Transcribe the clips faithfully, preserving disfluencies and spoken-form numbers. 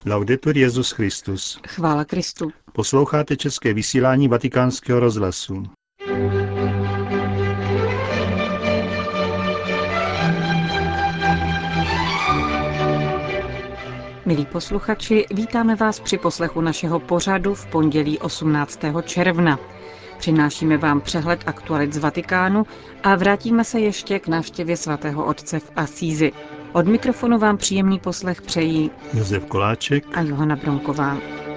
Laudetur Jesus Christus. Chvála Kristu. Posloucháte české vysílání Vatikánského rozhlasu. Milí posluchači, vítáme vás při poslechu našeho pořadu v pondělí osmnáctého června. Přinášíme vám přehled aktualit z Vatikánu a vrátíme se ještě k návštěvě svatého otce v Asízi. Od mikrofonu vám příjemný poslech přejí Josef Koláček a Johana Bronková.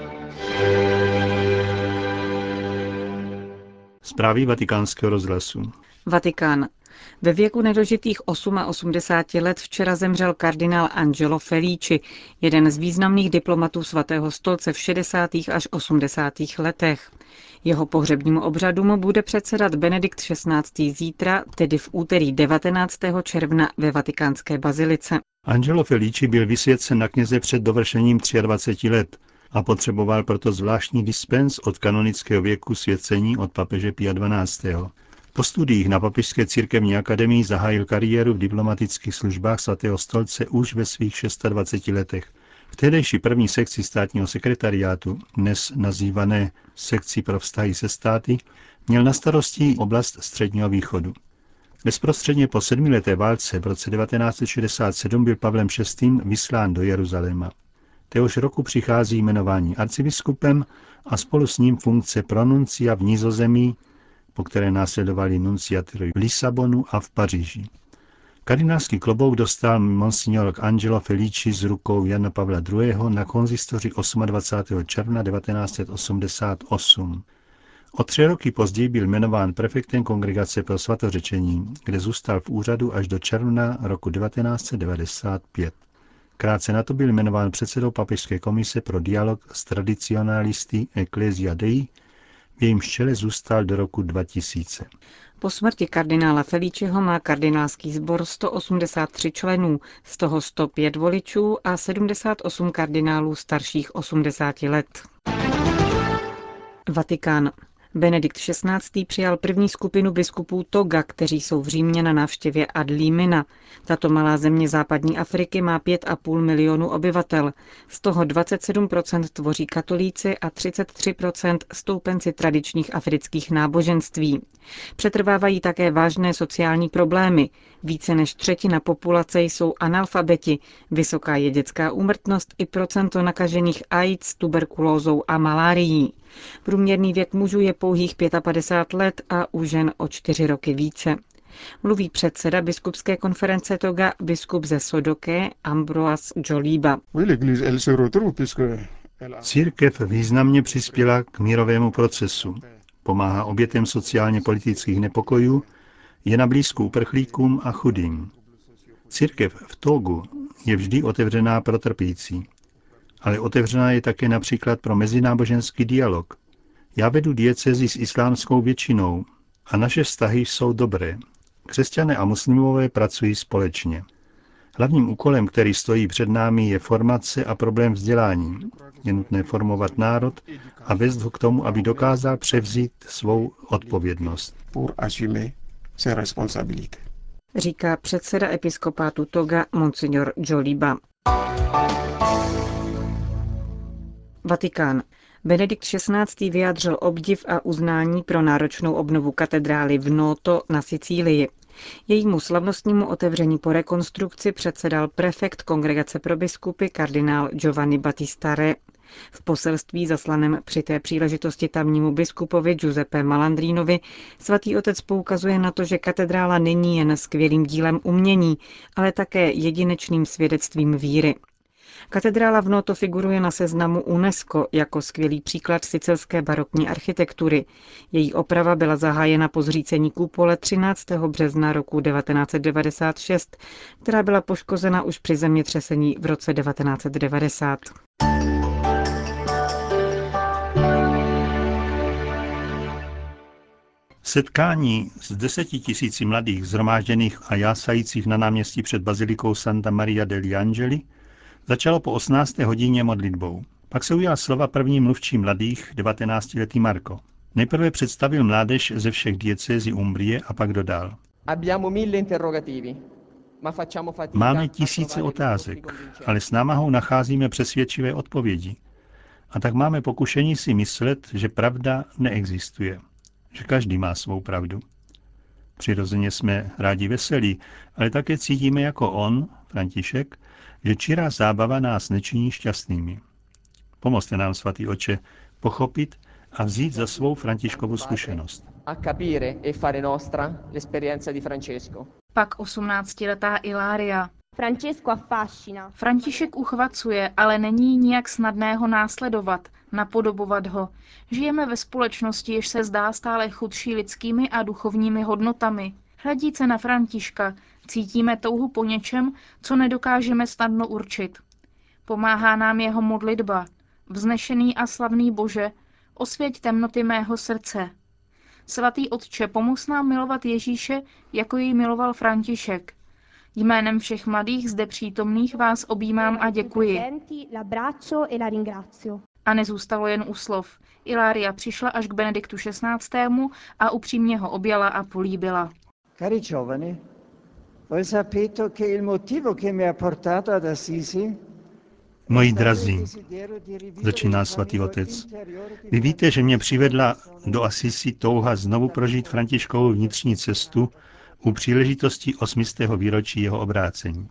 Zprávy Vatikánského rozhlasu. Vatikán. Ve věku nedožitých osmadesáti let včera zemřel kardinál Angelo Felici, jeden z významných diplomatů svatého stolce v šedesátých až osmdesátých letech. Jeho pohřebnímu obřadům bude předsedat Benedikt šestnáctý zítra, tedy v úterý devatenáctého června ve vatikánské bazilice. Angelo Felici byl vysvěcen na kněze před dovršením dvaceti tří let a potřeboval proto zvláštní dispens od kanonického věku svěcení od papeže Pia dvanáctého. Po studiích na Papežské církevní akademii zahájil kariéru v diplomatických službách svatého stolce už ve svých dvaceti šesti letech. V tehdejší první sekci státního sekretariátu, dnes nazývané sekcí pro vztahy se státy, měl na starosti oblast Středního východu. Bezprostředně po sedmileté válce v roce devatenáct set šedesát sedm byl Pavlem šestým vyslán do Jeruzaléma. Téhož roku přichází jmenování arcibiskupem a spolu s ním funkce pronuncia v Nizozemí, po které následovali nunciatury v Lisabonu a v Paříži. Kardinálský klobouk dostal monsignor Angelo Felici z rukou Jana Pavla druhého. na konzistoři dvacátého osmého června devatenáct set osmdesát osm. O tři roky později byl jmenován prefektem Kongregace pro svatořečení, kde zůstal v úřadu až do června roku devatenáct set devadesát pět. Krátce na to byl jmenován předsedou Papežské komise pro dialog s tradicionalisty Ecclesia Dei, v jejímž čele zůstal do roku dva tisíce. Po smrti kardinála Feliciho má kardinálský sbor sto osmdesát tři členů, z toho sto pět voličů a sedmdesát osm kardinálů starších osmdesáti let. Vatikán. Benedikt šestnáctý přijal první skupinu biskupů Toga, kteří jsou v Římě na návštěvě ad limina. Tato malá země západní Afriky má pět a půl milionu obyvatel. Z toho dvacet sedm procent tvoří katolíci a třicet tři procent stoupenci tradičních afrických náboženství. Přetrvávají také vážné sociální problémy. Více než třetina populace jsou analfabeti, vysoká je dětská úmrtnost i procento nakažených AIDS, tuberkulózou a malárií. Průměrný věk mužů je pouhých padesát pět let a u žen o čtyři roky více. Mluví předseda biskupské konference Toga, biskup ze Sodoké, Ambroise Joliba. Církev významně přispěla k mírovému procesu. Pomáhá obětem sociálně politických nepokojů, je na blízku uprchlíkům a chudým. Církev v Togu je vždy otevřená pro trpící. Ale otevřená je také například pro mezináboženský dialog. Já vedu diecézi s islámskou většinou a naše vztahy jsou dobré. Křesťané a muslimové pracují společně. Hlavním úkolem, který stojí před námi, je formace a problém vzdělání. Je nutné formovat národ a vést ho k tomu, aby dokázal převzít svou odpovědnost. Říká předseda episkopátu Toga monsignor Joliba. Vatikán. Benedikt šestnáctý vyjádřil obdiv a uznání pro náročnou obnovu katedrály v Noto na Sicílii. Jejímu slavnostnímu otevření po rekonstrukci předsedal prefekt Kongregace pro biskupy kardinál Giovanni Battista Re. V poselství zaslaném při té příležitosti tamnímu biskupovi Giuseppe Malandrinovi svatý otec poukazuje na to, že katedrála není jen skvělým dílem umění, ale také jedinečným svědectvím víry. Katedrála v Noto figuruje na seznamu UNESCO jako skvělý příklad sicilské barokní architektury. Její oprava byla zahájena po zřícení kupole třináctého března roku devatenáct set devadesát šest, která byla poškozena už při zemětřesení v roce devatenáct set devadesát. Setkání s deseti tisíci mladých zhromážděných a jásajících na náměstí před bazilikou Santa Maria degli Angeli začalo po osmnácté hodině modlitbou. Pak se ujal slova první mluvčí mladých, devatenáctiletý Marco. Nejprve představil mládež ze všech diecézí Umbrie a pak dodal. Abbiamo mille interrogativi. Máme tisíce otázek, ale s námahou nacházíme přesvědčivé odpovědi. A tak máme pokušení si myslet, že pravda neexistuje, že každý má svou pravdu. Přirozeně jsme rádi veselí, ale také cítíme jako on, František, že čirá zábava nás nečiní šťastnými. Pomozte nám, svatý otče, pochopit a vzít za svou Františkovu zkušenost. Pak osmnáctiletá Ilária. František uchvacuje, ale není nijak snadné ho následovat, napodobovat ho. Žijeme ve společnosti, jež se zdá stále chudší lidskými a duchovními hodnotami. Hledíce na Františka, cítíme touhu po něčem, co nedokážeme snadno určit. Pomáhá nám jeho modlitba. Vznešený a slavný Bože, osvěť temnoty mého srdce. Svatý Otče, pomoz nám milovat Ježíše, jako jej miloval František. Jménem všech mladých zde přítomných vás objímám a děkuji. A nezůstalo jen u slov. Ilária přišla až k Benediktu šestnáctému a upřímně ho objala a políbila. Cari giovani, voi sapete che il motivo che mi ha portato ad Assisi. Moji drazí, začíná svatý otec, vy víte, že mě přivedla do Assisi touha znovu prožít Františkovu vnitřní cestu u příležitosti osmistého výročí jeho obrácení.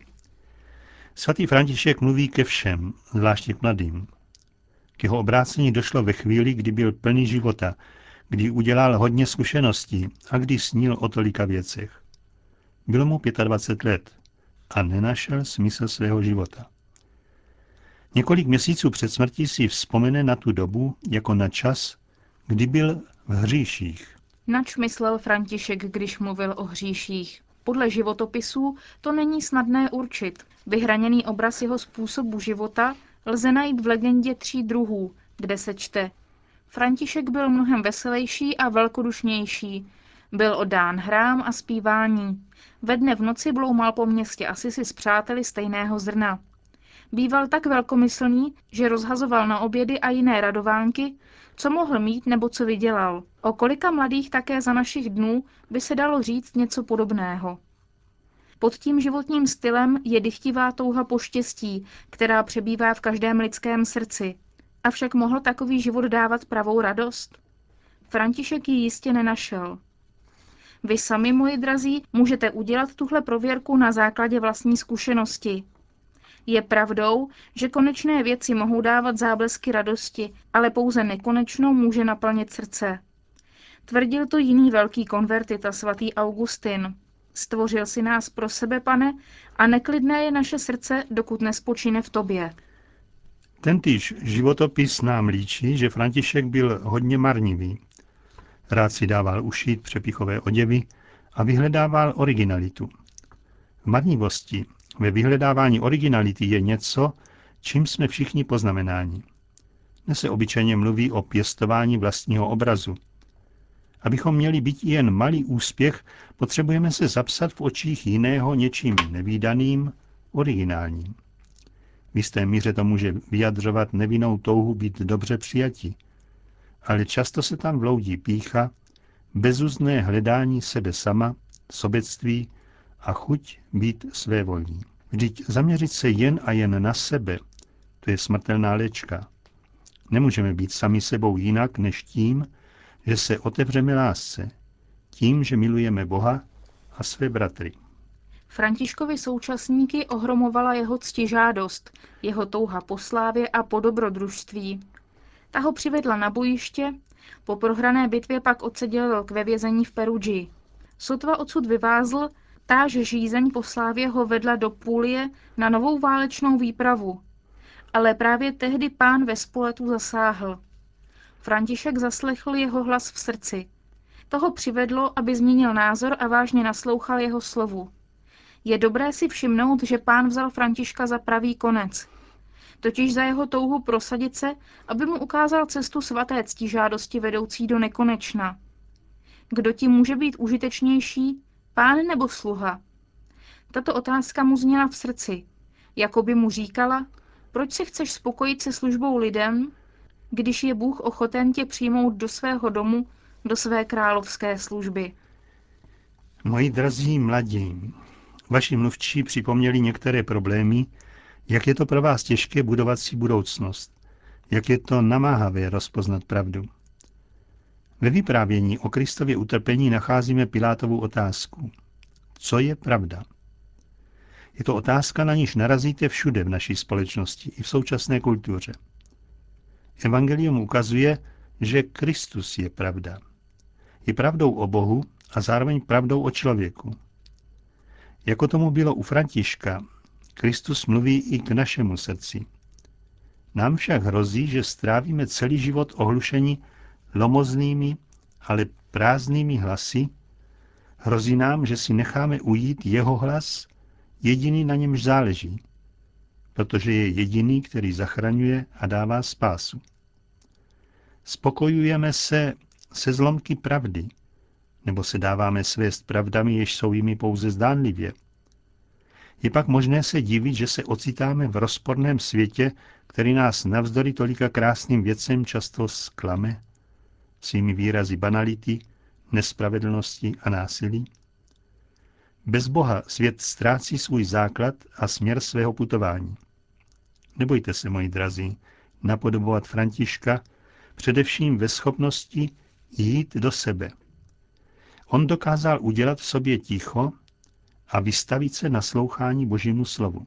Svatý František mluví ke všem, zvláště k mladým. K jeho obrácení došlo ve chvíli, kdy byl plný života, kdy udělal hodně zkušeností a kdy snil o tolika věcech. Bylo mu dvacet pět let a nenašel smysl svého života. Několik měsíců před smrtí si vzpomene na tu dobu jako na čas, kdy byl v hříších. Nač myslel František, když mluvil o hříších? Podle životopisů to není snadné určit. Vyhraněný obraz jeho způsobu života lze najít v legendě tří druhů, kde se čte: František byl mnohem veselejší a velkodušnější. Byl oddán hrám a zpívání. Ve dne v noci bloumal po městě Assisi s přáteli stejného zrna. Býval tak velkomyslný, že rozhazoval na obědy a jiné radovánky, co mohl mít nebo co vydělal. O kolika mladých také za našich dnů by se dalo říct něco podobného. Pod tím životním stylem je dychtivá touha po štěstí, která přebývá v každém lidském srdci. Avšak mohl takový život dávat pravou radost? František ji jistě nenašel. Vy sami, moji drazí, můžete udělat tuhle prověrku na základě vlastní zkušenosti. Je pravdou, že konečné věci mohou dávat záblesky radosti, ale pouze nekonečnou může naplnit srdce. Tvrdil to jiný velký konvertita, svatý Augustin. Stvořil si nás pro sebe, Pane, a neklidné je naše srdce, dokud nespočine v tobě. Tentýž životopis nám líčí, že František byl hodně marnivý. Rád si dával ušít přepichové oděvy a vyhledával originalitu. V marnivosti, ve vyhledávání originality je něco, čím jsme všichni poznamenáni. Dnes se obyčejně mluví o pěstování vlastního obrazu. Abychom měli být jen malý úspěch, potřebujeme se zapsat v očích jiného něčím nevídaným, originálním. V jisté míře to může vyjadřovat nevinnou touhu být dobře přijati, ale často se tam vloudí pýcha, bezúzné hledání sebe sama, sobectví a chuť být svévolní. Vždyť zaměřit se jen a jen na sebe, to je smrtelná léčka. Nemůžeme být sami sebou jinak než tím, že se otevřeme lásce, tím, že milujeme Boha a své bratry. Františkovi současníky ohromovala jeho ctižádost, jeho touha po slávě a po dobrodružství. Ta ho přivedla na bojiště, po prohrané bitvě pak odseděl rok ve vězení v Perugii. Sotva odsud vyvázl, táž žízeň po slávě ho vedla do Púlie na novou válečnou výpravu. Ale právě tehdy Pán ve Spoletu zasáhl. František zaslechl jeho hlas v srdci. Toho přivedlo, aby změnil názor a vážně naslouchal jeho slovu. Je dobré si všimnout, že Pán vzal Františka za pravý konec. Totiž za jeho touhu prosadit se, aby mu ukázal cestu svaté ctižádosti vedoucí do nekonečna. Kdo ti může být užitečnější, Pán nebo sluha? Tato otázka mu zněla v srdci. Jako by mu říkala, proč se chceš spokojit se službou lidem, když je Bůh ochoten tě přijmout do svého domu, do své královské služby. Moji drazí mladí, Vaši mluvčí připomněli některé problémy, jak je to pro vás těžké budovat si budoucnost, jak je to namáhavé rozpoznat pravdu. Ve vyprávění o Kristově utrpení nacházíme Pilátovu otázku. Co je pravda? Je to otázka, na níž narazíte všude v naší společnosti i v současné kultuře. Evangelium ukazuje, že Kristus je pravda. Je pravdou o Bohu a zároveň pravdou o člověku. Jako tomu bylo u Františka, Kristus mluví i k našemu srdci. Nám však hrozí, že strávíme celý život ohlušeni lomoznými, ale prázdnými hlasy. Hrozí nám, že si necháme ujít jeho hlas, jediný, na němž záleží, protože je jediný, který zachraňuje a dává spásu. Spokojujeme se se zlomky pravdy, nebo se dáváme svést pravdami, jež jsou jimi pouze zdánlivě. Je pak možné se divit, že se ocitáme v rozporném světě, který nás navzdory tolika krásným věcem často zklame, svými výrazy banality, nespravedlnosti a násilí. Bez Boha svět ztrácí svůj základ a směr svého putování. Nebojte se, moji drazí, napodobovat Františka, především ve schopnosti jít do sebe. On dokázal udělat v sobě ticho a vystavit se naslouchání Božímu slovu.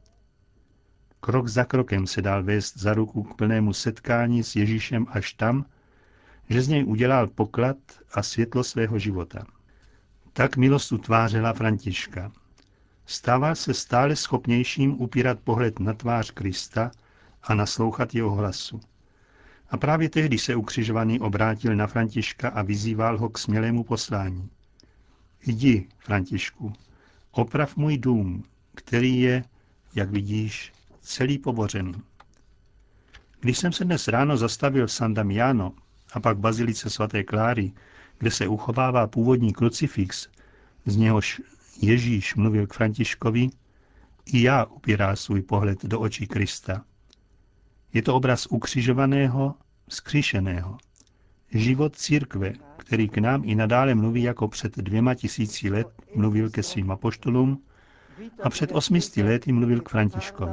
Krok za krokem se dal vést za ruku k plnému setkání s Ježíšem až tam, že z něj udělal poklad a světlo svého života. Tak milost utvářela Františka. Stával se stále schopnějším upírat pohled na tvář Krista a naslouchat jeho hlasu. A právě tehdy se ukřižovaný obrátil na Františka a vyzýval ho k smělému poslání. Jdi, Františku, oprav můj dům, který je, jak vidíš, celý pobořený. Když jsem se dnes ráno zastavil v San Damiano a pak v bazilice svaté Kláry, kde se uchovává původní krucifix, z něhož Ježíš mluvil k Františkovi, i já upírá svůj pohled do očí Krista. Je to obraz ukřižovaného, vzkříšeného. Život církve, který k nám i nadále mluví jako před dvěma tisíci let mluvil ke svým apoštolům a před osmisty lety mluvil k Františkovi.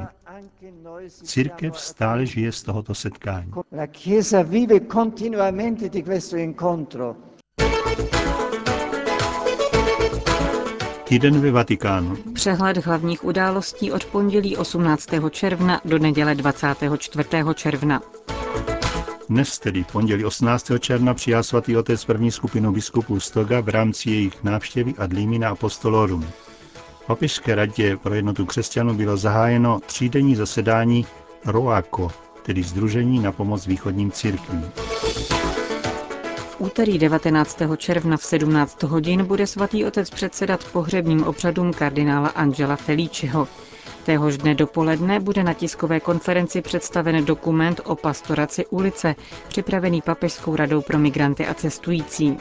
Církev stále žije z tohoto setkání. La Chiesa vive continuamente di questo incontro. Týden ve Vatikánu. Přehled hlavních událostí od pondělí osmnáctého června do neděle dvacátého čtvrtého června. Dnes, tedy v pondělí osmnáctého června, přijal svatý otec první skupinu biskupů z Toga v rámci jejich návštěvy ad limina apostolorum. V Papežské radě pro jednotu křesťanů bylo zahájeno třídenní zasedání ROACO, tedy Sdružení na pomoc východním církvím. V úterý devatenáctého června v sedmnáct hodin bude svatý otec předsedat pohřebním obřadům kardinála Angela Feliciho. Téhož dne dopoledne bude na tiskové konferenci představen dokument o pastoraci ulice, připravený Papežskou radou pro migranty a cestující.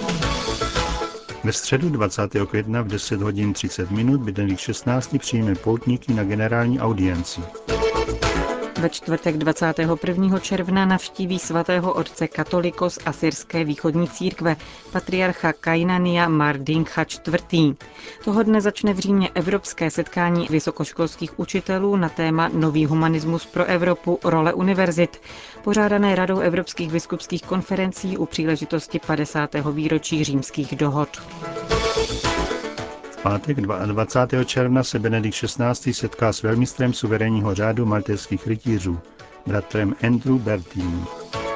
Ve středu dvacátého května v deset hodin třicet minut Benedikt šestnáctý přijme poutníky na generální audienci. Ve čtvrtek dvacátého prvního června navštíví svatého otce katolikos asyrské východní církve, patriarcha Kainania Mardincha čtvrtý. Toho dne začne v Římě evropské setkání vysokoškolských učitelů na téma Nový humanismus pro Evropu, role univerzit, pořádané Radou evropských biskupských konferencí u příležitosti padesátého výročí římských dohod. V pátek dvacátého druhého června se Benedikt šestnáctý setká s velmistrem suverénního řádu maltéských rytířů, bratrem Andrew Bertini.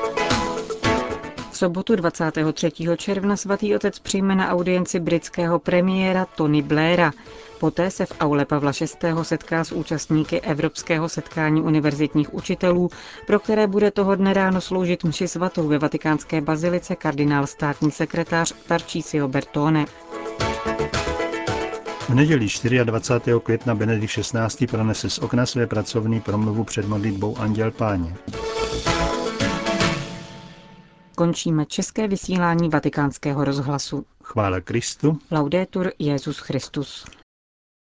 V sobotu dvacátého třetího června svatý otec přijme na audienci britského premiéra Tony Blaira. Poté se v aule Pavla šestého setká s účastníky Evropského setkání univerzitních učitelů, pro které bude toho dne ráno sloužit mši svatou ve vatikánské bazilice kardinál státní sekretář Tarcísio Bertone. V neděli dvacátého čtvrtého května Benedikt šestnáctý pronese z okna své pracovní promluvu před modlitbou Anděl Páně. Končíme české vysílání Vatikánského rozhlasu. Chvála Kristu. Laudetur Jesus Christus.